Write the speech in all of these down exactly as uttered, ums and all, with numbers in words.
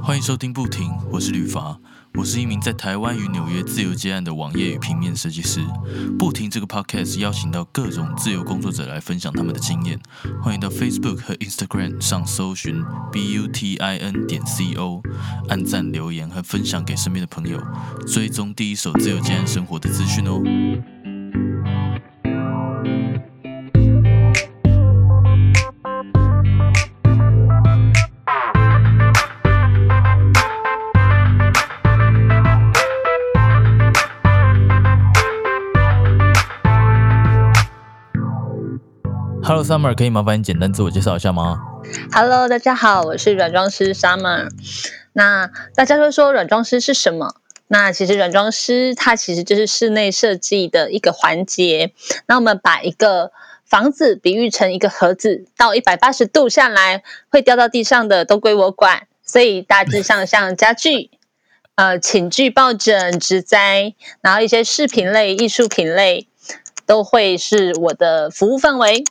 欢迎收听不停，我是吕伐，我是一名在台湾与纽约自由接案的网页与平面设计师。不停这个 podcast 邀请到各种自由工作者来分享他们的经验，欢迎到 Facebook 和 Instagram 上搜寻 B U T I N 点 C O， 按赞留言和分享给身边的朋友，追踪第一手自由接案生活的资讯哦。Hello Summer， 可以麻烦你简单自我介绍一下吗？ Hello， 大家好，我是软装师 Summer。那大家会说软装师是什么？那其实软装师它其实就是室内设计的一个环节。那我们把一个房子比喻成一个盒子，到一百八十度下来会掉到地上的都归我管。所以大致上像家具、呃寝具、抱枕、植栽，然后一些饰品类、艺术品类，都会是我的服务范围。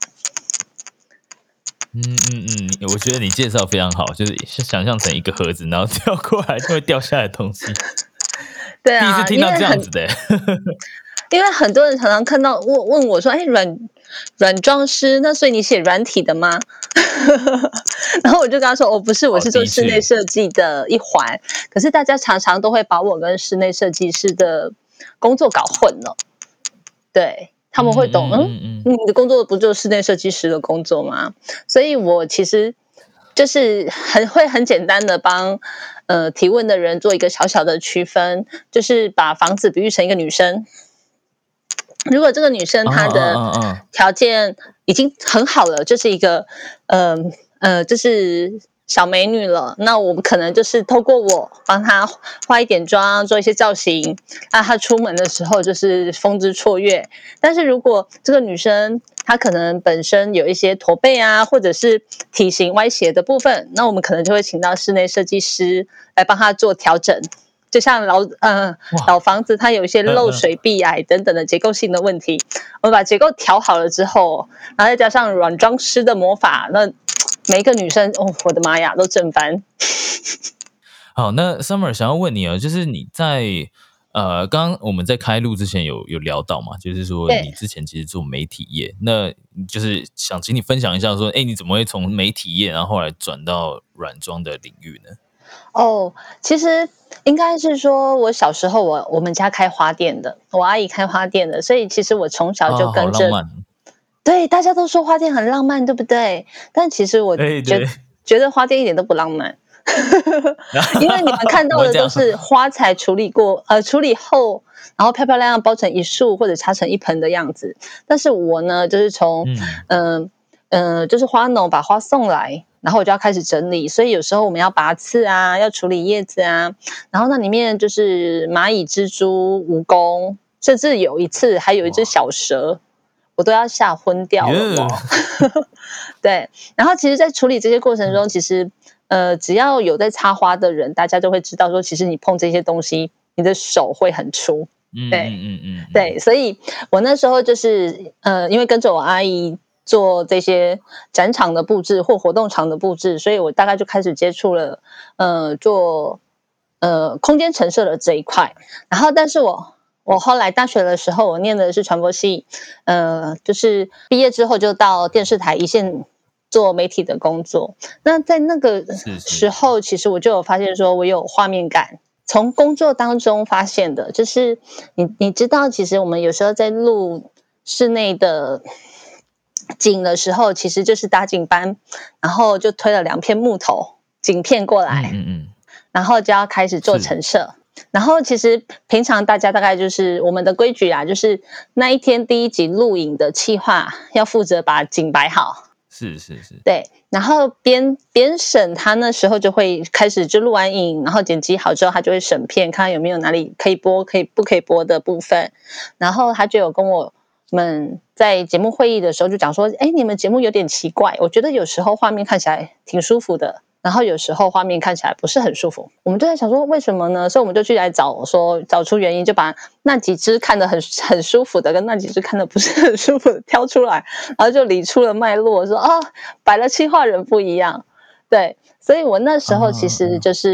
嗯嗯嗯，我觉得你介绍非常好，就是想象成一个盒子，然后掉过来就会掉下来的东西。 对啊， 第一次听到这样子的。 因为很多人常常看到问问我说：“哎，软软装师，那所以你写软体的吗？”然后我就跟他说：“哦，不是，我是做室内设计的一环。哦”可是大家常常都会把我跟室内设计师的工作搞混了。对。他们会懂，嗯，嗯嗯嗯你的工作不就是室内设计师的工作吗？所以我其实就是很会很简单的帮呃提问的人做一个小小的区分，就是把房子比喻成一个女生。如果这个女生她的条件已经很好了，就是一个呃呃，就是小美女了，那我们可能就是透过我帮她化一点妆，做一些造型，那她出门的时候就是风姿绰约。但是如果这个女生她可能本身有一些驼背啊，或者是体型歪斜的部分，那我们可能就会请到室内设计师来帮她做调整。就像老呃老房子，它有一些漏水、壁癌等等的结构性的问题，我们把结构调好了之后，然后再加上软装师的魔法，那每一个女生，哦，我的妈呀，都震翻。 好，那 Summer 想要问你啊，就是你在呃，刚刚我们在开录之前有有聊到嘛，就是说你之前其实做媒体业，那就是想请你分享一下说，哎，你怎么会从媒体业然后后来转到软装的领域呢？ 哦，其实应该是说，我小时候我我们家开花店的，我阿姨开花店的，所以其实我从小就跟着。 哦， 对，大家都说花店很浪漫，对不对？但其实我觉得觉得花店一点都不浪漫，因为你们看到的都是花材处理过，呃，处理后，然后漂漂亮亮包成一束或者插成一盆的样子。但是我呢，就是从嗯嗯、呃，就是花农把花送来。然后我就要开始整理，所以有时候我们要拔刺啊，要处理叶子啊，然后那里面就是蚂蚁、蜘蛛、蜈蚣，甚至有一次还有一只小蛇，我都要吓昏掉了哦。对，然后其实在处理这些过程中，其实呃，只要有在插花的人，大家就会知道说，其实你碰这些东西，你的手会很粗。对，嗯嗯嗯，对，所以我那时候就是呃，因为跟着我阿姨做这些展场的布置或活动场的布置，所以我大概就开始接触了呃做呃空间陈设的这一块。然后但是我我后来大学的时候我念的是传播系，呃就是毕业之后就到电视台一线做媒体的工作。那在那个时候其实我就有发现说我有画面感，从工作当中发现的，就是你你知道其实我们有时候在录室内的景的时候，其实就是打景班，然后就推了两片木头景片过来，嗯嗯嗯，然后就要开始做陈设。然后其实平常大家大概就是我们的规矩啊，就是那一天第一集录影的企划要负责把景摆好， 是是是， 对。然后编编审他那时候就会开始就录完影，然后剪辑好之后他就会审片，看有没有哪里可以播可以不可以播的部分。然后他就有跟我们在节目会议的时候就讲说，哎，你们节目有点奇怪，我觉得有时候画面看起来挺舒服的，然后有时候画面看起来不是很舒服。我们就在想说为什么呢？所以我们就去来找说找出原因，就把那几只看得很很舒服的跟那几只看得不是很舒服的挑出来，然后就理出了脉络，说啊，摆了企划人不一样。对，所以我那时候其实就是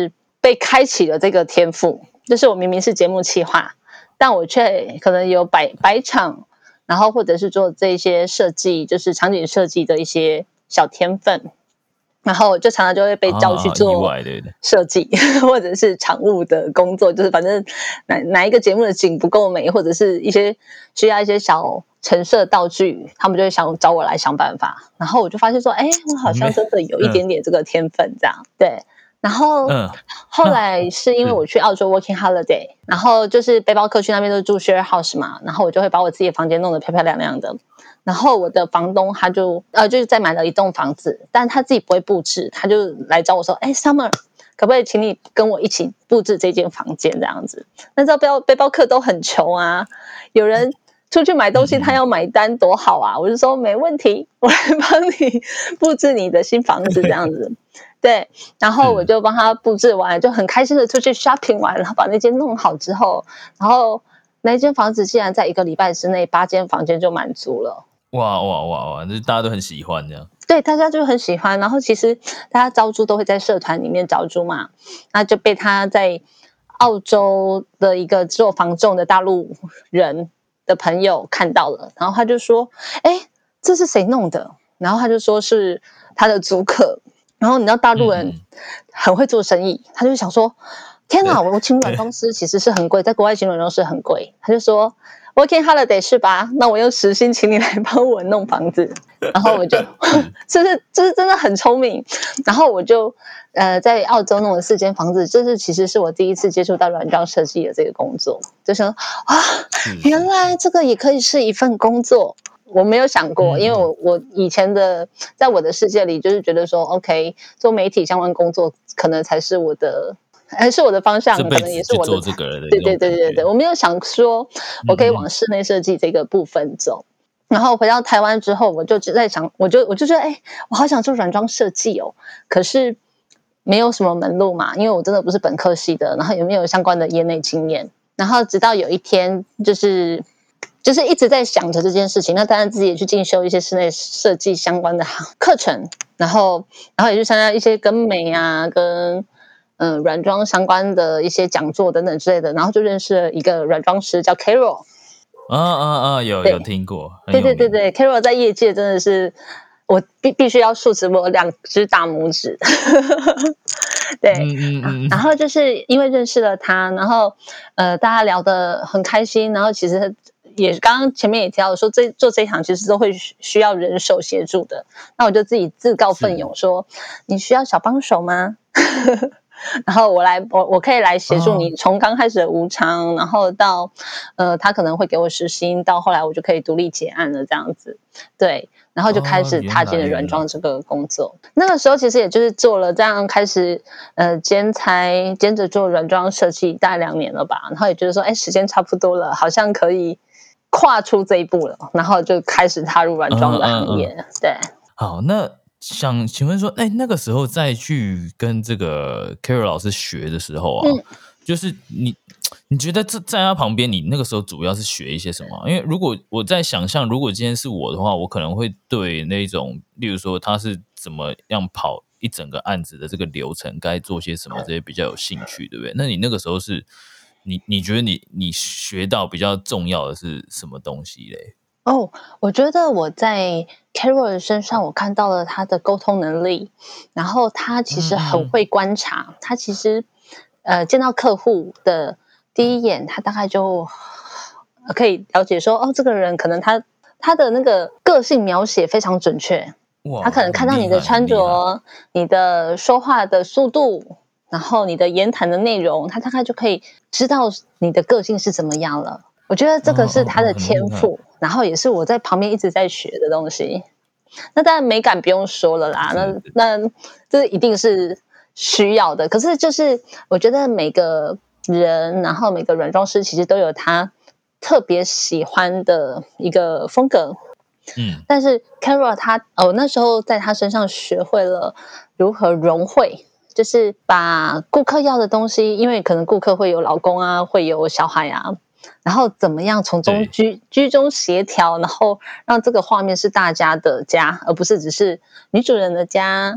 被开启了这个天赋，就是我明明是节目企划，但我却可能有摆摆场，然后或者是做这些设计，就是场景设计的一些小天分。然后就常常就会被叫去做设计、啊、或者是场务的工作，就是反正哪哪一个节目的景不够美，或者是一些需要一些小陈设道具，他们就会想找我来想办法。然后我就发现说，哎，我好像真的有一点点这个天分这样。嗯、对，然后、嗯、后来是因为我去澳洲 working holiday，、嗯、然后就是背包客去那边都住 share house 嘛，然后我就会把我自己的房间弄得漂漂亮亮的。然后我的房东他就呃就是在买了一栋房子，但他自己不会布置，他就来找我说，哎 ，Summer， 可不可以请你跟我一起布置这间房间这样子？那知道背包背包客都很穷啊，有人出去买东西他要买单多好啊，我就说没问题，我来帮你布置你的新房子这样子。对，然后我就帮他布置完，就很开心的出去 shopping 完，然后把那间弄好之后，然后那间房子竟然在一个礼拜之内八间房间就满足了。 哇哇哇哇！这大家都很喜欢这样。 对，大家就很喜欢。然后其实大家招租都会在社团里面招租嘛，那就被他在澳洲的一个做房仲的大陆人的朋友看到了，然后他就说：“哎，这是谁弄的？”然后他就说是他的租客。然后你知道大陆人很会做生意，嗯、他就想说：“天哪，我请软装师其实是很贵，在国外请软装师很贵。”他就说。Working holiday 是吧？那我用时薪请你来帮我弄房子，然后我就，就是就是真的很聪明。然后我就呃在澳洲弄了四间房子，这是其实是我第一次接触到软装设计的这个工作，就想啊，原来这个也可以是一份工作。我没有想过，因为我我以前的在我的世界里就是觉得说 ，OK， 做媒体相关工作可能才是我的。还是我的方向，可能也是我的。 这个对对对对对，我没有想说我可以往室内设计这个部分走。嗯、然后回到台湾之后，我就在想，我就我就觉得，哎，我好想做软装设计哦，可是没有什么门路嘛，因为我真的不是本科系的，然后也没有相关的业内经验。然后直到有一天，就是就是一直在想着这件事情，那当然自己也去进修一些室内设计相关的课程，然后然后也去参加一些跟美啊跟。嗯，软装相关的一些讲座等等之类的，然后就认识了一个软装师叫 Carol。 啊啊啊，有有听过。 对对对对 ，Carol 在业界真的是我必必须要竖直我两只大拇指。对，嗯嗯嗯，然后就是因为认识了他，然后呃，大家聊得很开心，然后其实也刚刚前面也提到说，这做这一行其实都会需要人手协助的。那我就自己自告奋勇说：“你需要小帮手吗？”然后我来，我我可以来协助你，从刚开始的无偿，然后到呃，他可能会给我时薪，到后来我就可以独立结案了，这样子。对，然后就开始踏进了软装这个工作。哦、那个时候其实也就是做了这样，开始呃兼差兼着做软装设计，大概两年了吧。然后也觉得说，哎，时间差不多了，好像可以跨出这一步了，然后就开始踏入软装的行业。嗯嗯嗯对， 好，那。想请问说，哎，那个时候再去跟这个 Carol 老师学的时候啊，嗯、就是你你觉得在在他旁边，你那个时候主要是学一些什么？因为如果我在想象，如果今天是我的话，我可能会对那种，例如说他是怎么样跑一整个案子的这个流程，该做些什么这些比较有兴趣，对不对？那你那个时候是，你你觉得你你学到比较重要的是什么东西嘞？ 哦，我觉得我在 Carol 身上，我看到了他的沟通能力，然后他其实很会观察，嗯嗯他其实呃见到客户的第一眼，他大概就可以了解说，哦，这个人可能他他的那个个性描写非常准确，他可能看到你的穿着、你的说话的速度，然后你的言谈的内容，他大概就可以知道你的个性是怎么样了。我觉得这个是他的天赋，哦哦哦然后也是我在旁边一直在学的东西。那当然美感不用说了啦，那那这一定是需要的。可是就是我觉得每个人，然后每个软装师其实都有他特别喜欢的一个风格。嗯，但是 Carol 他哦那时候在他身上学会了如何融会。就是把顾客要的东西，因为可能顾客会有老公啊，会有小孩啊，然后怎么样从中居居中协调，然后让这个画面是大家的家，而不是只是女主人的家，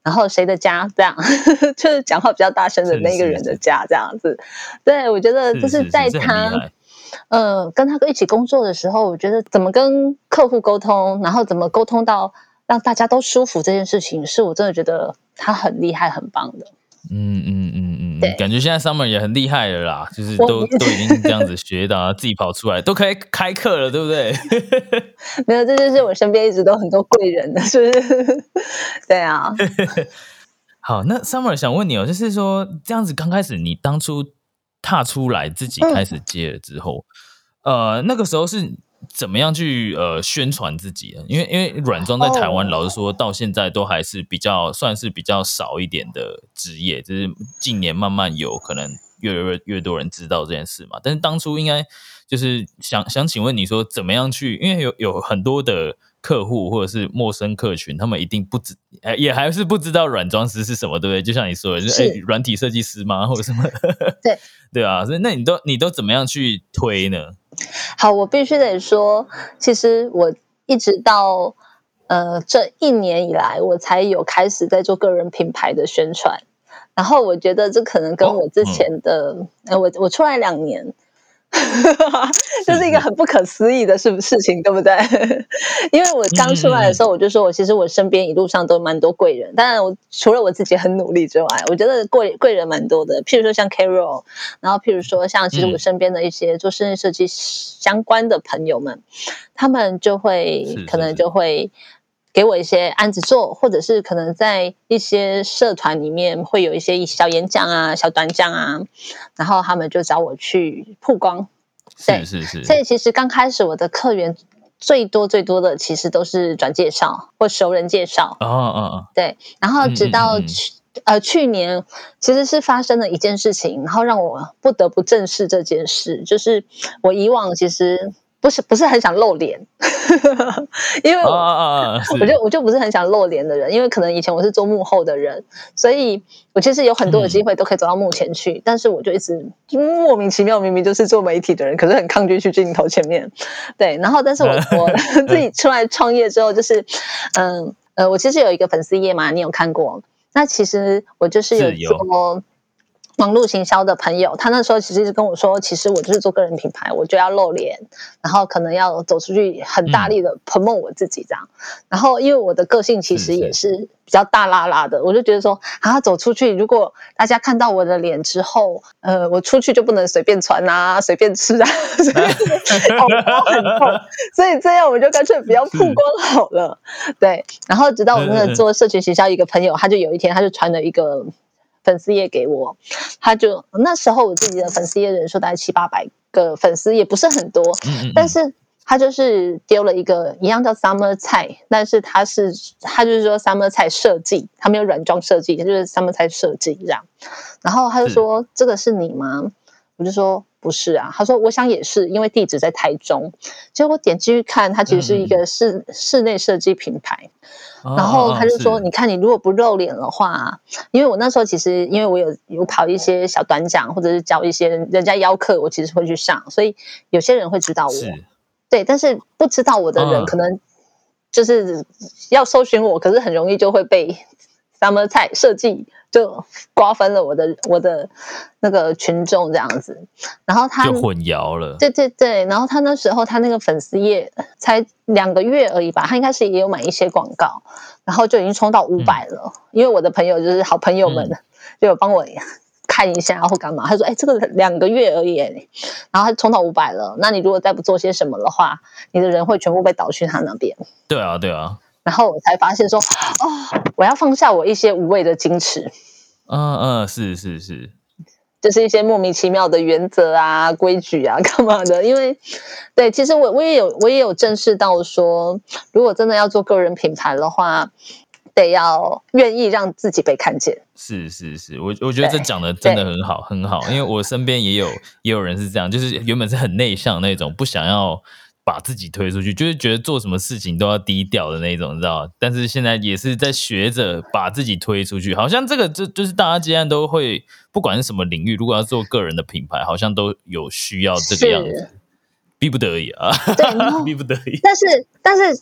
然后谁的家这样，就是讲话比较大声的那个人的家这样子。对，我觉得就是在他呃跟他一起工作的时候，我觉得怎么跟客户沟通，然后怎么沟通到让大家都舒服这件事情，是我真的觉得他很厉害很棒的。 嗯嗯嗯嗯，对，感觉现在 Summer 也很厉害了啦，就是都都已经这样子学到，自己跑出来都可以开课了，对不对？ 没有，这就是我身边一直都很多贵人的，是不是？对啊。 好，那 Summer 想问你哦，就是说这样子刚开始你当初踏出来自己开始接了之后，嗯、呃，那个时候是怎么样去呃宣传自己的？因为因为软装在台湾，老实说到现在都还是比较算是比较少一点的职业，就是近年慢慢有可能越来越越多人知道这件事嘛。但是当初应该就是想想请问你说怎么样去，因为有有很多的客户或者是陌生客群，他们一定不知也还是不知道软装师是什么，对不对？就像你说的，就是哎，软体设计师吗，或者什么？ 对对啊，所以那你都你都怎么样去推呢？ 好，我必须得说，其实我一直到呃这一年以来，我才有开始在做个人品牌的宣传。然后我觉得这可能跟我之前的，哦嗯、呃，我我出来两年。就是一个很不可思议的事事情，对不对？因为我刚出来的时候，我就说我其实我身边一路上都蛮多贵人，当然我除了我自己很努力之外，我觉得贵贵人蛮多的。譬如说像 Carol， 然后譬如说像其实我身边的一些做室内设计相关的朋友们，他们就会可能就会给我一些案子做，或者是可能在一些社团里面会有一些小演讲啊、小短讲啊，然后他们就找我去曝光。 是是是。 所以其实刚开始我的客源最多最多的其实都是转介绍或熟人介绍。 哦哦哦。 对，然后直到去、嗯嗯嗯、呃去年其实是发生了一件事情，然后让我不得不正视这件事，就是我以往其实。不是不是很想露脸，因为我、啊啊啊、我就我就不是很想露脸的人，因为可能以前我是做幕后的人，所以我其实有很多的机会都可以走到幕前去，嗯、但是我就一直莫名其妙，明明就是做媒体的人，可是很抗拒去镜头前面。对，然后但是我我自己出来创业之后，就是嗯呃，我其实有一个粉丝页嘛，你有看过？那其实我就是有做。网络行销的朋友，他那时候其实跟我说，其实我就是做个人品牌，我就要露脸，然后可能要走出去，很大力的 promote 我自己这样。嗯、然后因为我的个性其实也是比较大拉拉的，我就觉得说，啊，走出去，如果大家看到我的脸之后，呃，我出去就不能随便穿啊，随便吃啊，随便口包很痛，所以这样我就干脆不要曝光好了。对，然后直到我那个做社群行销一个朋友，他就有一天他就传了一个。粉丝页给我，他就那时候我自己的粉丝页人数大概七八百个粉丝，也不是很多，嗯嗯嗯但是他就是丢了一个一样叫 Summer 菜，但是他是他就是说 Summer 菜设计，他没有软装设计，就是 Summer 菜设计这样，然后他就说这个是你吗？我就说不是啊，他说我想也是，因为地址在台中。结果我点进去看，它其实是一个室、嗯、室内设计品牌。然后他就说：“你看，你如果不露脸的话，因为我那时候其实因为我有有跑一些小短讲，或者是教一些人家邀课，我其实会去上，所以有些人会知道我。对，但是不知道我的人，可能就是要搜寻我，可是很容易就会被 Summer 菜设计就瓜分了我的我的那个群众这样子。然后他就混淆了。 对对对，然后他那时候他那个粉丝页才两个月而已吧，他应该是也有买一些广告，然后就已经冲到五百了、嗯。因为我的朋友就是好朋友们、嗯、就有帮我看一下或干嘛，他说：“哎，这个两个月而已。”然后他冲到五百了，那你如果再不做些什么的话，你的人会全部被导去他那边。 对啊，对啊。 然后我才发现说，哦，我要放下我一些无谓的矜持。 嗯嗯，是是是。 就是一些莫名其妙的原则啊、规矩啊、干嘛的？因为，对，其实我我也有我也有正视到说，如果真的要做个人品牌的话，得要愿意让自己被看见。 是是是，我我觉得这讲的真的很好很好，因为我身边也有也有人是这样，就是原本是很内向那种，不想要把自己推出去，就是觉得做什么事情都要低调的那种，你知道吗？但是现在也是在学着把自己推出去，好像这个就就是大家既然都会，不管是什么领域，如果要做个人的品牌，好像都有需要这个样子，逼不得已啊， 对， 逼不得已。 但是但是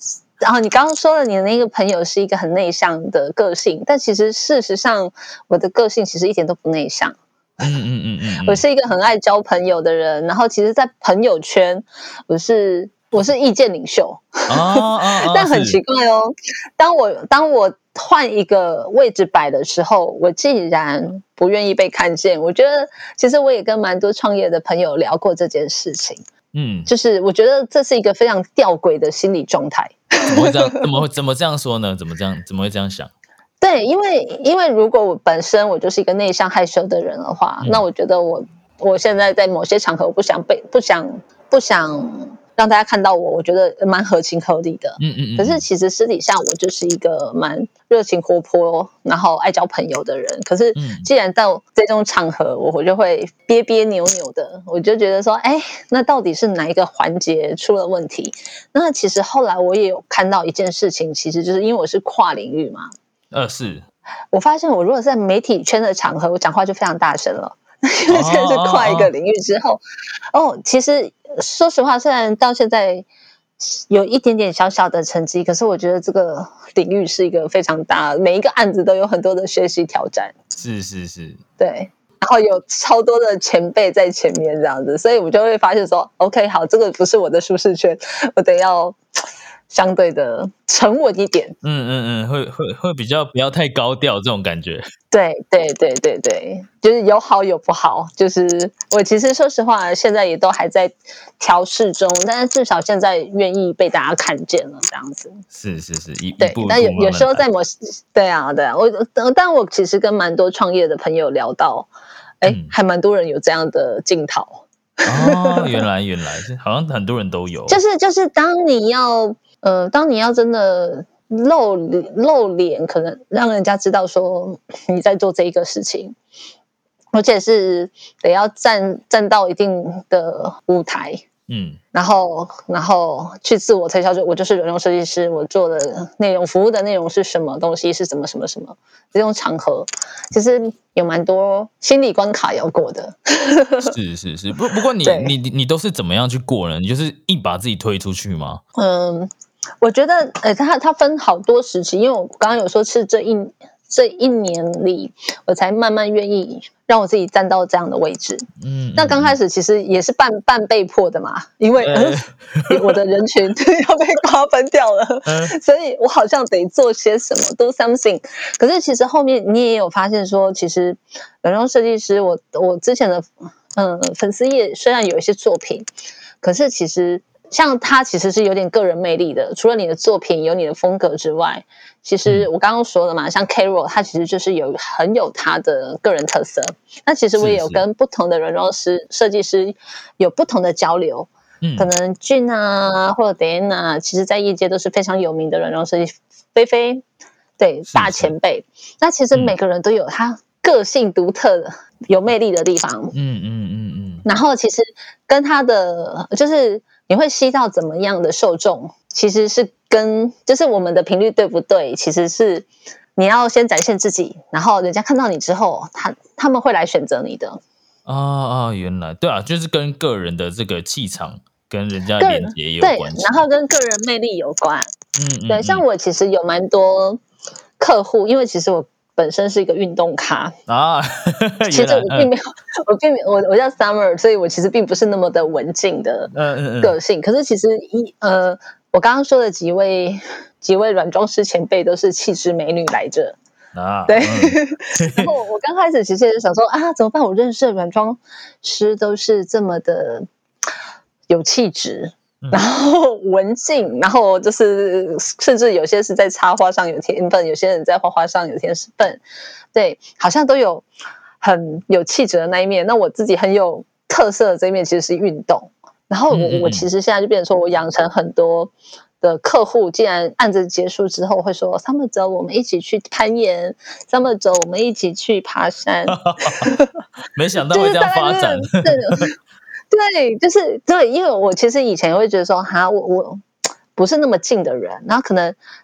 然后你刚刚说了你的那个朋友是一个很内向的个性，但其实事实上我的个性其实一点都不内向。 嗯嗯嗯嗯， 我是一个很爱交朋友的人，然后其实在朋友圈我是我是意见领袖。 哦哦哦， 但很奇怪哦，当我当我换一个位置摆的时候，我竟然不愿意被看见。我觉得其实我也跟蛮多创业的朋友聊过这件事情。嗯，就是我觉得这是一个非常吊诡的心理状态。 怎么会这样？怎么会怎么这样说呢？怎么这样？怎么会这样想？ 对，因为因为如果我本身我就是一个内向害羞的人的话，嗯、那我觉得我我现在在某些场合我不想被不想不想让大家看到我，我觉得蛮合情合理的。嗯嗯嗯。可是其实私底下我就是一个蛮热情活泼，然后爱交朋友的人。可是既然到这种场合，我我就会憋憋扭扭的，我就觉得说，哎，那到底是哪一个环节出了问题？那其实后来我也有看到一件事情，其实就是因为我是跨领域嘛。 呃，是我发现我如果在媒体圈的场合，我讲话就非常大声了。因为现在是跨一个领域之后，哦，哦，其实说实话，虽然到现在有一点点小小的成绩，可是我觉得这个领域是一个非常大，每一个案子都有很多的学习挑战。 是是是， 对。然后有超多的前辈在前面这样子，所以我就会发现说 ，OK， 好，这个不是我的舒适圈，我得要相对的沉稳一点。 嗯嗯嗯，会会会比较不要太高调这种感觉。 对对对对对，就是有好有不好。就是我其实说实话，现在也都还在调试中，但是至少现在愿意被大家看见了，这样子。 是是是，一对， 一步一步但有慢慢有时候在某对啊对啊，我但我其实跟蛮多创业的朋友聊到，哎、嗯，还蛮多人有这样的镜头。 哦，原来原来好像很多人都有， 就是就是当你要呃，当你要真的。露露脸，可能让人家知道说你在做这一个事情，而且是得要站站到一定的舞台，嗯，然后然后去自我推销，就我就是人容设计师，我做的内容服务的内容是什么东西，是什么什么什么，这种场合其实有蛮多心理关卡要过的。 是是是，不不过你你你都是怎么样去过呢？你就是硬把自己推出去吗？ 嗯。我觉得，呃，它它分好多时期，因为我刚刚有说是这一这一年里，我才慢慢愿意让我自己站到这样的位置。嗯，那刚开始其实也是半半被迫的嘛，因为、呃呃、我的人群要被瓜分掉了，呃、所以我好像得做些什么 ，do something。可是其实后面你也有发现说，其实软装设计师，我我之前的嗯、呃、粉丝页虽然有一些作品，可是其实。像他其实是有点个人魅力的，除了你的作品有你的风格之外，其实我刚刚说了嘛，像 Carol 他其实就是有很有他的个人特色。那其实我也有跟不同的软装师设计师有不同的交流，嗯，可能俊啊或者 Diana， 其实在业界都是非常有名的软装设计，菲菲对大前辈。那其实每个人都有他个性独特的、有魅力的地方，嗯嗯嗯嗯。然后其实跟他的就是。你会吸到怎么样的受众？其实是跟就是我们的频率对不对？其实是你要先展现自己，然后人家看到你之后，他他们会来选择你的。 啊啊，原来对啊，就是跟个人的这个气场跟人家的连接有关系， 对，然后跟个人魅力有关。嗯嗯，对，像我其实有蛮多客户，因为其实我。本身是一个运动咖啊，其实我并没有，我并没有，我我叫 Summer， 所以我其实并不是那么的文静的个性。嗯嗯嗯，可是其实一呃，我刚刚说的几位几位软装师前辈都是气质美女来着啊。对，嗯、然后我刚开始其实也是想说啊，怎么办？我认识的软装师都是这么的有气质。然后文静，然后就是甚至有些是在插花上有天分，有些人在画画上有天分，对，好像都有很有气质的那一面。那我自己很有特色的这一面其实是运动。然后我嗯嗯我其实现在就变成说我养成很多的客户，既然案子结束之后会说 Summer 走，我们一起去攀岩 ，Summer 走，我们一起去爬山。 没想到会这样发展。 对，就是对，因为我其实以前会觉得说，哈，我我不是那么近的人，然后可能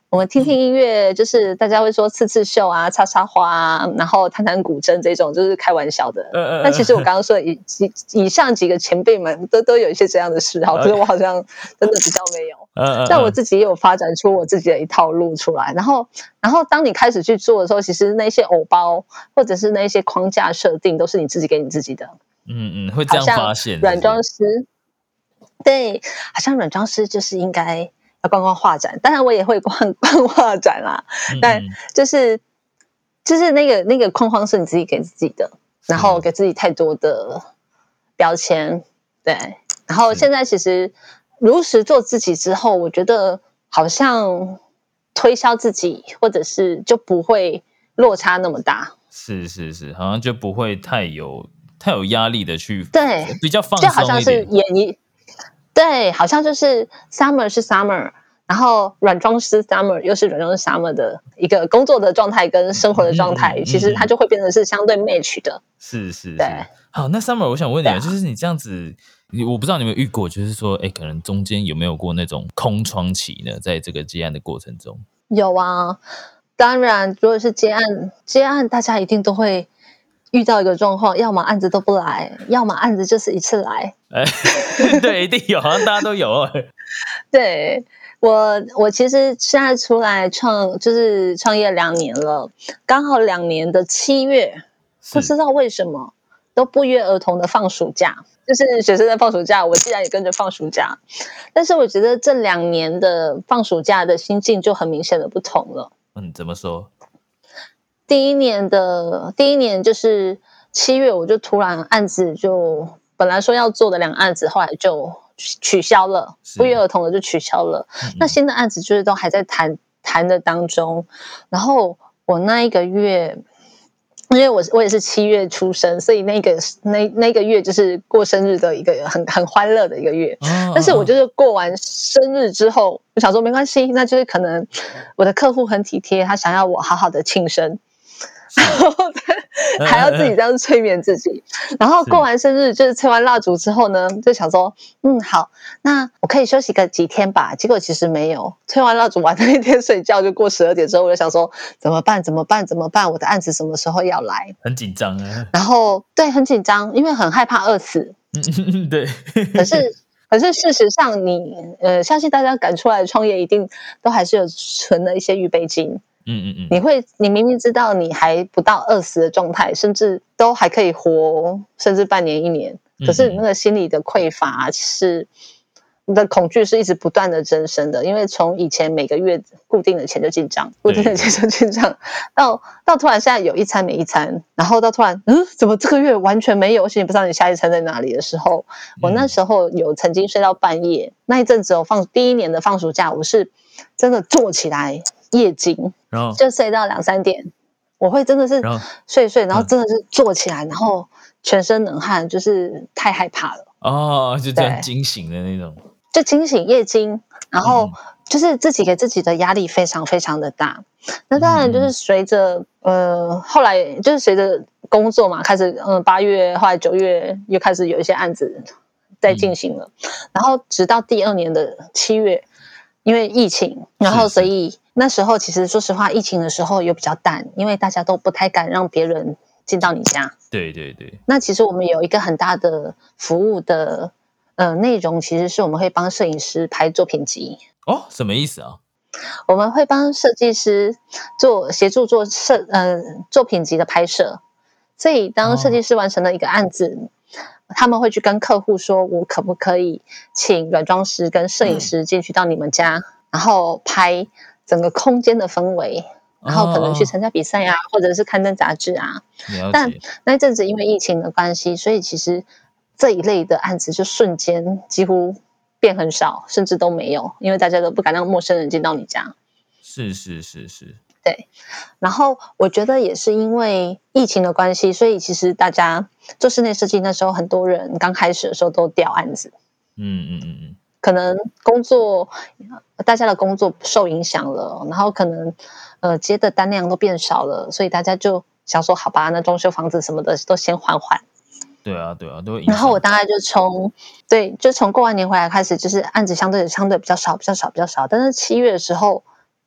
我们听听音乐，就是大家会说刺刺绣啊、插插花啊，然后弹弹古筝这种，就是开玩笑的。 呃、 但其实我刚刚说的以以上几个前辈们都都有一些这样的嗜好，可是我好像真的比较没有。 呃、 但我自己也有发展出我自己的一套路出来。然后，然后当你开始去做的时候，其实那些偶包或者是那些框架设定，都是你自己给你自己的。 嗯嗯，会这样发现是不是？ 软装师，对，好像软装师就是应该要逛逛画展，当然我也会逛逛画展啦，嗯嗯，但就是就是那个那个框框是你自己给自己的，然后给自己太多的标签，对，然后现在其实如实做自己之后，我觉得好像推销自己或者是就不会落差那么大， 是是是，好像就不会太有太有压力的去， 对， 比较放松一点， 就好像是演一，对，好像就是 summer 是 summer， 然后软装师 summer 又是软装师 summer 的一个工作的状态跟生活的状态，嗯嗯嗯嗯，其实它就会变成是相对 match 的。 是是是， 对。 好，那 summer 我想问你啊，就是你这样子，我不知道你有没有遇过，就是说，哎，可能中间有没有过那种空窗期呢？在这个接案的过程中， 有啊，当然，如果是接案，接案大家一定都会遇到一个状况，要么案子都不来，要么案子就是一次来。 哎，对，一定有，好像大家都有。 对，我，我其实现在出来创，就是创业两年了，刚好两年的七月，不知道为什么都不约而同的放暑假，就是学生在放暑假，我既然也跟着放暑假，但是我觉得这两年的放暑假的心境就很明显的不同了。 嗯，怎么说？ 第一年的第一年就是七月，我就突然案子就本来说要做的两个案子，后来就取消了，不约而同的就取消了。嗯嗯，那新的案子就是都还在谈谈的当中。然后我那一个月，因为我我也是七月出生，所以那个那那个月就是过生日的一个很很欢乐的一个月。哦，但是我就是过完生日之后，我想说没关系，那就是可能我的客户很体贴，他想要我好好的庆生。然后还要自己这样催眠自己，然后过完生日就是吹完蜡烛之后呢，就想说，嗯，好，那我可以休息个几天吧。结果其实没有，吹完蜡烛完那天睡觉就过十二点之后，我就想说怎么办？怎么办？怎么办？我的案子什么时候要来？ 很紧张啊。 然后对，很紧张，因为很害怕饿死。 对。 可是可是事实上你，你呃，相信大家赶出来的创业一定都还是有存了一些预备金。嗯嗯嗯，你会，你明明知道你还不到饿死的状态，甚至都还可以活，甚至半年一年，可是那个心理的匮乏是，你的恐惧是一直不断的增生的，因为从以前每个月固定的钱就进账，固定的钱就进账，到到突然现在有一餐没一餐，然后到突然嗯，怎么这个月完全没有，而且你不知道你下一餐在哪里的时候，我那时候有曾经睡到半夜，那一阵子我放第一年的放暑假，我是真的坐起来夜惊。就睡到两三点，我会真的是睡睡，然后真的是坐起来，然后全身冷汗，就是太害怕了。 哦，就这样惊醒的那种， 就惊醒夜惊，然后就是自己给自己的压力非常非常的大。那当然就是随着呃后来就是随着工作嘛，开始嗯八月后来九月又开始有一些案子在进行了，嗯、然后直到第二年的七月，因为疫情，然后所以。是是那时候其实说实话，疫情的时候有比较淡，因为大家都不太敢让别人进到你家。 对对对。 那其实我们有一个很大的服务的呃内容，其实是我们会帮摄影师拍作品集。 哦，什么意思啊？ 我们会帮设计师做协助做摄呃作品集的拍摄，所以当设计师完成了一个案子，哦、他们会去跟客户说，我可不可以请软装师跟摄影师进去到你们家，嗯、然后拍。整个空间的氛围，然后可能去参加比赛啊，哦、或者是刊登杂志啊。但那一阵子因为疫情的关系，所以其实这一类的案子就瞬间几乎变很少，甚至都没有，因为大家都不敢让陌生人进到你家。 是是是是， 对。然后我觉得也是因为疫情的关系，所以其实大家做室内设计那时候，很多人刚开始的时候都调案子。嗯嗯嗯嗯。可能工作，大家的工作受影响了，然后可能呃接的单量都变少了，所以大家就想说，好吧，那装修房子什么的都先缓缓。 对啊，对啊，都会影响。 然后我大概就从对，就从过完年回来开始，就是案子相对相对比较少，比较少，比较少。但是七月的时候，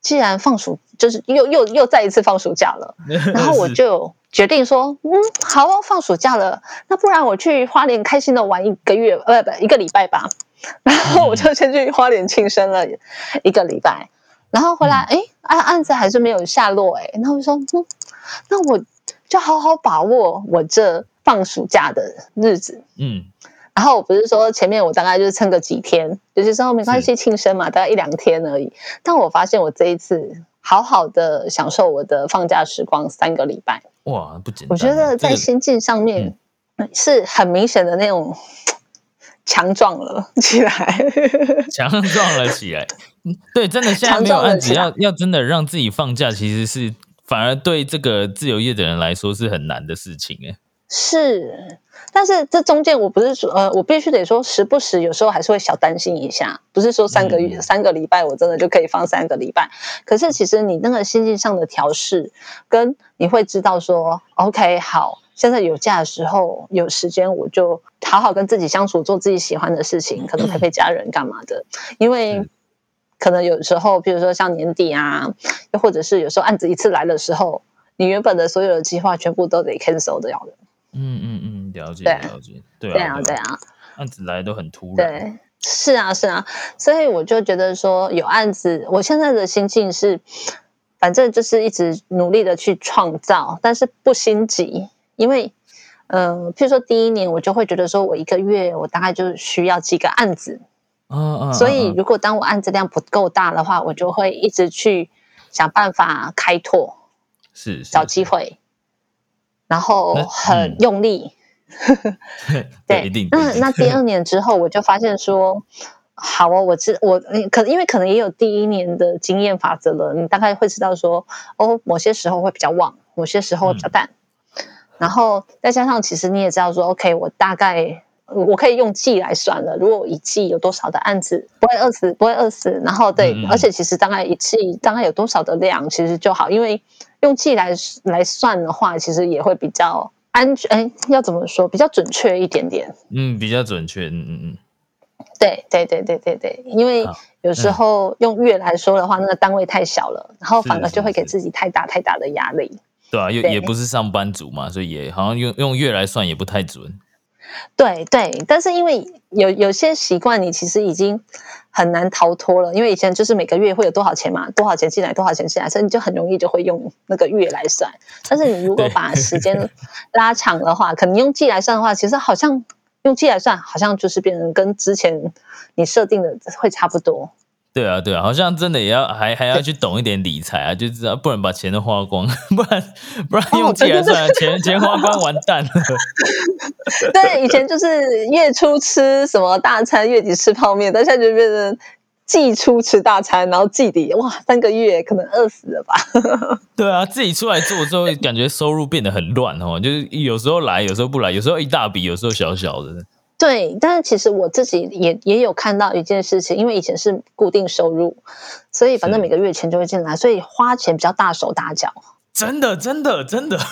既然放暑，就是又又又再一次放暑假了，然后我就决定说，嗯，好哦，放暑假了，那不然我去花莲开心的玩一个月，呃，不，一个礼拜吧。然后我就先去花莲庆生了一个礼拜，然后回来，哎、嗯，案案子还是没有下落，哎，然后我说，嗯，那我就好好把握我这放暑假的日子，嗯。然后我不是说前面我大概就是撑个几天，就是说没关系庆生嘛，大概一两天而已。但我发现我这一次好好的享受我的放假时光三个礼拜， 哇，不简单。 我觉得在心境上面是很明显的那种强壮了起来， 强壮了起来。对，真的现在没有案子要要真的让自己放假，其实是反而对这个自由业的人来说是很难的事情哎。 是。但是这中间我不是说，呃，我必须得说，时不时有时候还是会小担心一下，不是说三个月、嗯、三个礼拜我真的就可以放三个礼拜。可是其实你那个心境上的调试，跟你会知道说 ，OK， 好，现在有假的时候有时间，我就好好跟自己相处，做自己喜欢的事情，可能陪陪家人干嘛的。因为可能有时候，比如说像年底啊，又或者是有时候案子一次来的时候，你原本的所有的计划全部都得 cancel 掉的。 嗯嗯嗯，了解了解，对啊对啊对啊， 案子来都很突然， 对，是啊是啊，所以我就觉得说有案子，我现在的心境是，反正就是一直努力的去创造，但是不心急，因为呃，譬如说第一年我就会觉得说我一个月我大概就需要几个案子，嗯嗯，所以如果当我案子量不够大的话，我就会一直去想办法开拓， 是找机会。然后很用力， 嗯、对，对那那第二年之后，我就发现说，好哦，我知我可因为可能也有第一年的经验法则了，你大概会知道说，哦，某些时候会比较旺，某些时候会比较淡，嗯、然后再加上其实你也知道说 ，OK， 我大概我可以用季来算了，如果我一季有多少的案子不会饿死，不会饿死，然后对，嗯、而且其实大概一季大概有多少的量，其实就好，因为。用季来来算的话，其实也会比较安全。哎，要怎么说？比较准确一点点。 嗯，比较准确。嗯嗯嗯。 对对对对对对，因为有时候用月来说的话，那个单位太小了，然后反而就会给自己太大太大的压力。 对啊，也也不是上班族嘛，所以也好像用用月来算也不太准。 对对，但是因为有有些习惯，你其实已经很难逃脱了。因为以前就是每个月会有多少钱嘛，多少钱进来，多少钱进来，所以你就很容易就会用那个月来算。但是你如果把时间拉长的话，可能用季来算的话，其实好像用季来算，好像就是变成跟之前你设定的会差不多。 对啊，对啊，好像真的也要还还要去懂一点理财啊，就知道不能把钱都花光，不然不然用季来算，哦、钱钱花光完蛋了。 对，以前就是月初吃什么大餐，月底吃泡面，但现在就变成季初吃大餐，然后季底哇三个月可能饿死了吧。 对啊，自己出来做之后，感觉收入变得很乱哦，就是有时候来，有时候不来，有时候一大笔，有时候小小的。 对，但是其实我自己也也有看到一件事情，因为以前是固定收入，所以反正每个月钱就会进来，所以花钱比较大手大脚。 真的，真的，真的。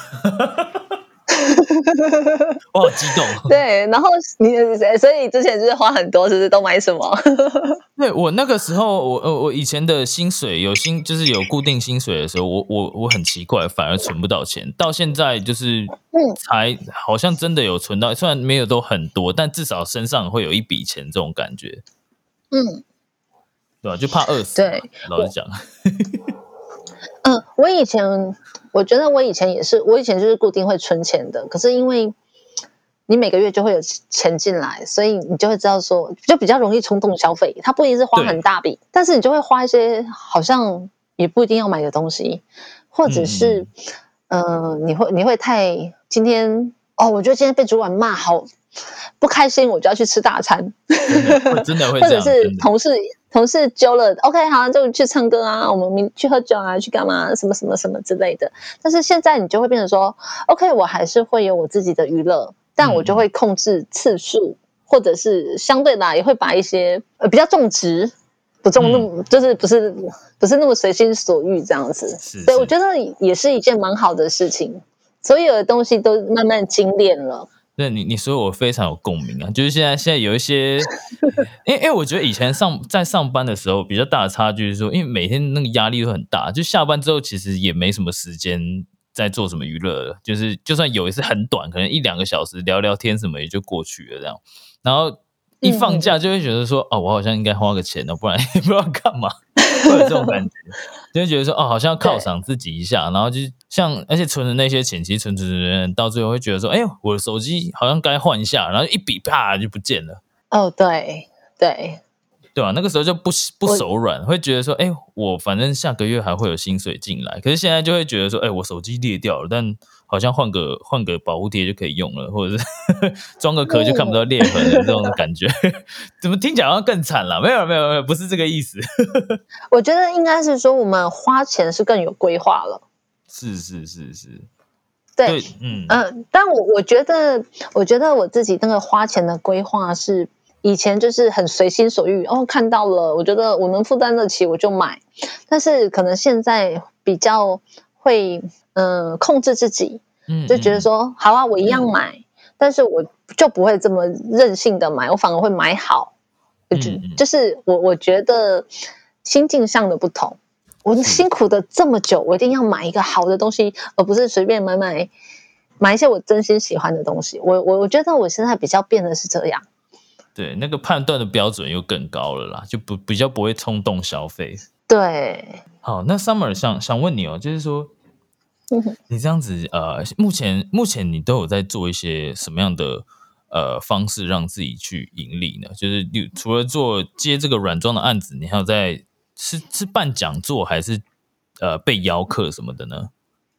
我好激动。 对，然后你所以之前就是花很多，是不是都买什么？ 对，我那个时候，我我以前的薪水有薪，就是有固定薪水的时候，我我我很奇怪，反而存不到钱。到现在就是才好像真的有存到，虽然没有都很多，但至少身上会有一笔钱，这种感觉。嗯，对吧？就怕饿死。对，老实讲。 嗯，我以前我觉得我以前也是，我以前就是固定会存钱的，可是因为你每个月就会有钱进来，所以你就会知道说，就比较容易冲动消费。它不一定是花很大笔，但是你就会花一些好像也不一定要买的东西，或者是嗯、呃，你会你会太今天哦，我觉得今天被主管骂好不开心，我就要去吃大餐， 真的, 真的会这样，或者是同事。同事揪了 ，OK， 好，就去唱歌啊，我们明去喝酒啊，去干嘛，什么什么什么之类的。但是现在你就会变成说 ，OK， 我还是会有我自己的娱乐，但我就会控制次数，嗯、或者是相对啦，也会把一些呃比较重质，不重那么、嗯、就是不是不是那么随心所欲这样子。 是， 对，我觉得也是一件蛮好的事情，所有的东西都慢慢精炼了。 对你你说我非常有共鸣啊，就是现在现在有一些，因为因为我觉得以前上在上班的时候比较大的差距是说，因为每天那个压力都很大，就下班之后其实也没什么时间在做什么娱乐了，就是就算有也是很短，可能一两个小时聊聊天什么也就过去了这样，然后一放假就会觉得说，嗯、哦，我好像应该花个钱哦，不然也不知道干嘛，会有这种感觉。就会觉得说，哦，好像要犒赏自己一下，然后就像，而且存的那些钱，其实存存存，到最后会觉得说，哎呦，我的手机好像该换一下，然后一笔啪就不见了。 哦，对对对吧？那个时候就不不手软，会觉得说，哎，我反正下个月还会有薪水进来。可是现在就会觉得说，哎，我手机裂掉了，但好像换个换个保护贴就可以用了，或者是装个壳就看不到裂痕了，这种感觉，怎么听起来好像更惨了？没有没有没有，不是这个意思。 我觉得应该是说，我们花钱是更有规划了。 是是是是， 对，嗯嗯、呃，但我我觉得，我觉得我自己那个花钱的规划是。以前就是很随心所欲，哦，看到了，我觉得我能负担得起，我就买。但是可能现在比较会，嗯、呃，控制自己，就觉得说，好啊，我一样买，嗯、但是我就不会这么任性的买，我反而会买好。嗯、就是我我觉得心境上的不同，我辛苦的这么久，我一定要买一个好的东西，而不是随便买买买一些我真心喜欢的东西。我我我觉得我现在比较变的是这样。 对，那个判断的标准又更高了啦，就不比较不会冲动消费。 对， 好，那 Summer 想想问你哦，就是说，嗯、你这样子呃，目前目前你都有在做一些什么样的呃方式让自己去盈利呢？就是你除了做接这个软装的案子，你还有在是是办讲座还是呃被邀课什么的呢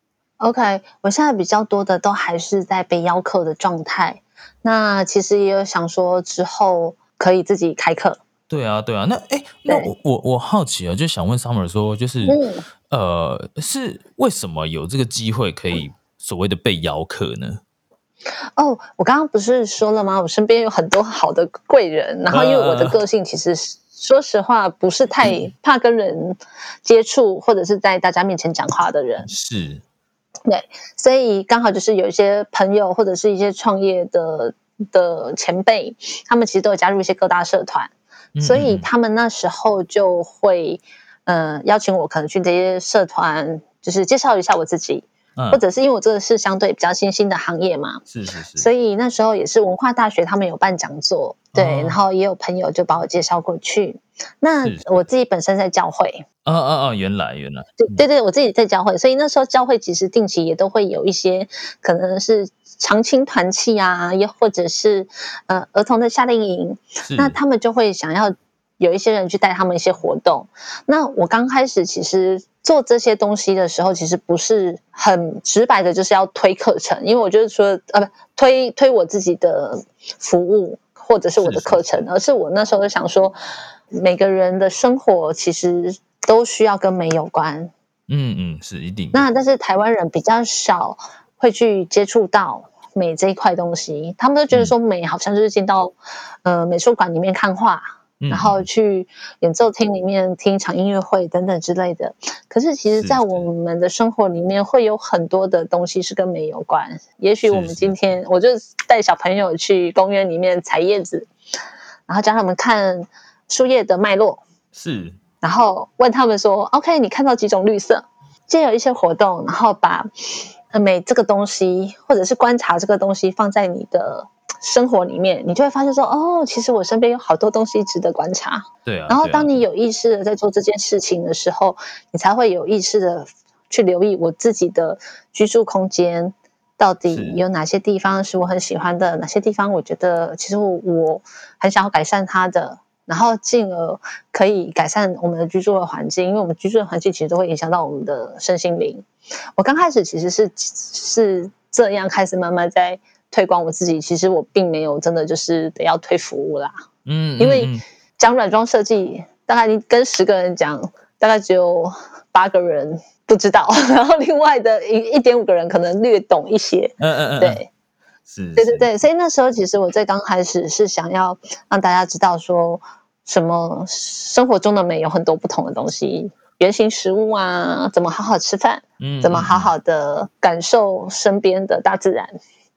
？OK， 我现在比较多的都还是在被邀课的状态。那其实也有想说之后可以自己开课。 对啊，对啊，那哎，那我我我好奇啊，就想问 Summer 说，就是、嗯、呃，是为什么有这个机会可以所谓的被邀课呢？ 哦，我刚刚不是说了吗？我身边有很多好的贵人，然后因为我的个性其实是。呃说实话，不是太怕跟人接触，或者是在大家面前讲话的人。 是， 对，所以刚好就是有一些朋友或者是一些创业的的前辈，他们其实都有加入一些各大社团，嗯嗯所以他们那时候就会呃邀请我，可能去这些社团，就是介绍一下我自己。嗯、或者是因为我这个是相对比较新兴的行业嘛， 是是是， 所以那时候也是文化大学他们有办讲座，对，哦、然后也有朋友就把我介绍过去。那我自己本身在教会， 哦哦哦，原来原来， 对对对，我自己在教会，所以那时候教会其实定期也都会有一些可能是常青团契啊，又或者是呃儿童的夏令营，那他们就会想要有一些人去带他们一些活动。那我刚开始其实做这些东西的时候，其实不是很直白的，就是要推课程，因为我就是说呃不推推我自己的服务或者是我的课程，是是而是我那时候就想说，每个人的生活其实都需要跟美有关。 嗯嗯，是一定。 那但是台湾人比较少会去接触到美这一块东西，他们都觉得说美好像就是进到呃美术馆里面看画。然后去演奏厅里面听一场音乐会等等之类的，可是其实在我们的生活里面会有很多的东西是跟美有关。也许我们今天我就带小朋友去公园里面采叶子，然后教他们看树叶的脉络， 是， 然后问他们说 OK 你看到几种绿色，借由一些活动，然后把美这个东西或者是观察这个东西放在你的生活里面，你就会发现说，哦，其实我身边有好多东西值得观察。 对啊。 然后当你有意识的在做这件事情的时候，你才会有意识的去留意我自己的居住空间到底有哪些地方是我很喜欢的，哪些地方我觉得其实我我很想要改善它的，然后进而可以改善我们的居住的环境，因为我们居住的环境其实都会影响到我们的身心灵。我刚开始其实是是这样开始慢慢在推广我自己，其实我并没有真的就是得要推服务啦，嗯，因为讲软装设计，大概你跟十个人讲，大概只有八个人不知道，然后另外的一一点五个人可能略懂一些，嗯嗯嗯，对， 是， 对对对，所以那时候其实我在刚开始是想要让大家知道说，什么生活中的美有很多不同的东西，原型食物啊，怎么好好吃饭，嗯，怎么好好的感受身边的大自然。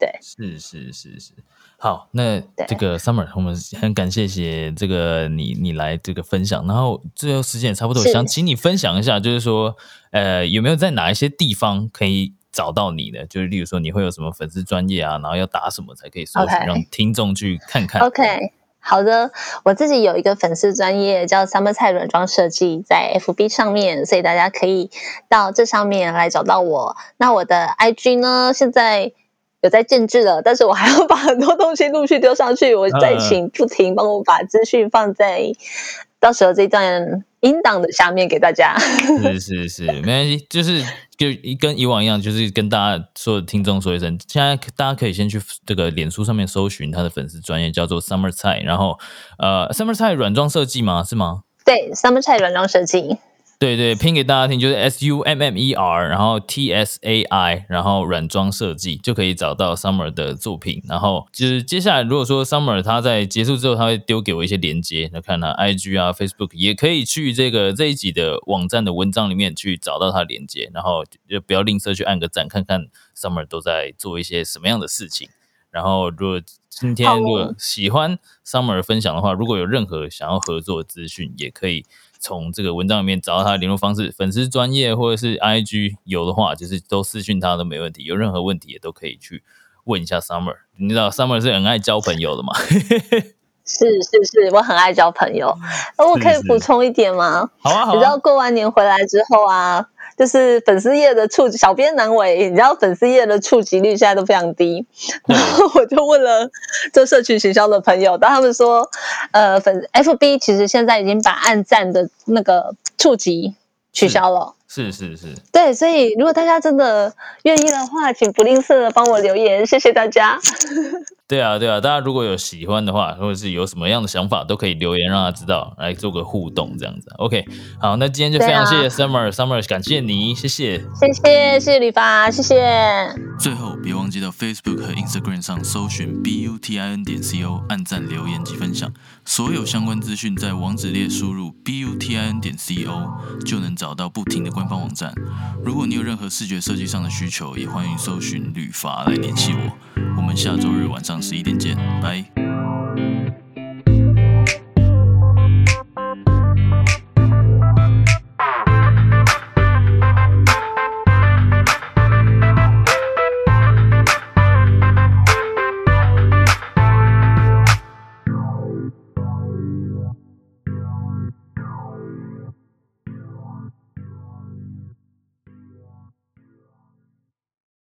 对， 是是是是。好，那这个 Summer， 我们很感谢谢这个你你来这个分享，然后最后时间也差不多，想请你分享一下，就是说，呃，有没有在哪一些地方可以找到你的？就是例如说，你会有什么粉丝专页啊，然后要打什么才可以搜寻， okay. 让听众去看看。 OK， 好的，我自己有一个粉丝专页叫 Summer 蔡软装设计，在 F B 上面，所以大家可以到这上面来找到我。那我的 I G 呢，现在有在建制了，但是我还要把很多东西陆续丢上去，我再请不停帮我把资讯放在到时候这段音档的下面给大家。 是是是，没关系，就是就跟以往一样，就是跟大家所有听众说一声，现在大家可以先去这个脸书上面搜寻他的粉丝专页，叫做 Summer 蔡，然后呃 Summer 蔡软装设计吗？是吗？ 对 ，Summer 蔡软装设计。 对对，拼给大家听就是 S U M M E R， 然后 T S A I， 然后软装设计就可以找到 Summer 的作品。然后就是接下来如果说 Summer 他在结束之后，他会丢给我一些连接，那看他 I G 啊 Facebook 也可以去这个这一集的网站的文章里面去找到他的连接，然后就不要吝啬去按个赞，看看 Summer 都在做一些什么样的事情。然后如果今天如果喜欢 Summer 分享的话，如果有任何想要合作的资讯，也可以从这个文章里面找到他的联络方式，粉丝专页或者是 I G 有的话，就是都私讯他都没问题。有任何问题也都可以去问一下 Summer。你知道 Summer 是很爱交朋友的嘛？ 是是是，我很爱交朋友。我可以补充一点吗？ 好啊好啊。 你知道过完年回来之后啊，就是粉丝页的触及，小编难为，你知道粉丝页的触及率现在都非常低。然后我就问了做社群行销的朋友，但他们说，呃，粉 F B 其实现在已经把按赞的那个触及取消了。 是是 是, 是。 对，所以如果大家真的愿意的话，请不吝啬的帮我留言，谢谢大家。 对啊对啊，大家如果有喜欢的话，或者是有什么样的想法，都可以留言让他知道，来做个互动这样子。OK， 好，那今天就非常谢谢 Summer， Summer 感谢你，谢谢， 谢谢谢谢吕发，谢谢。 最后别忘记到 Facebook 和 Instagram 上搜寻 B U T I N 点 C O， 按赞留言及分享，所有相关资讯在网址列输入 B U T I N 点 C O 就能找到不停的官方网站。如果你有任何视觉设计上的需求，也欢迎搜寻吕发来联系我。我们下周日晚上十一点见，拜。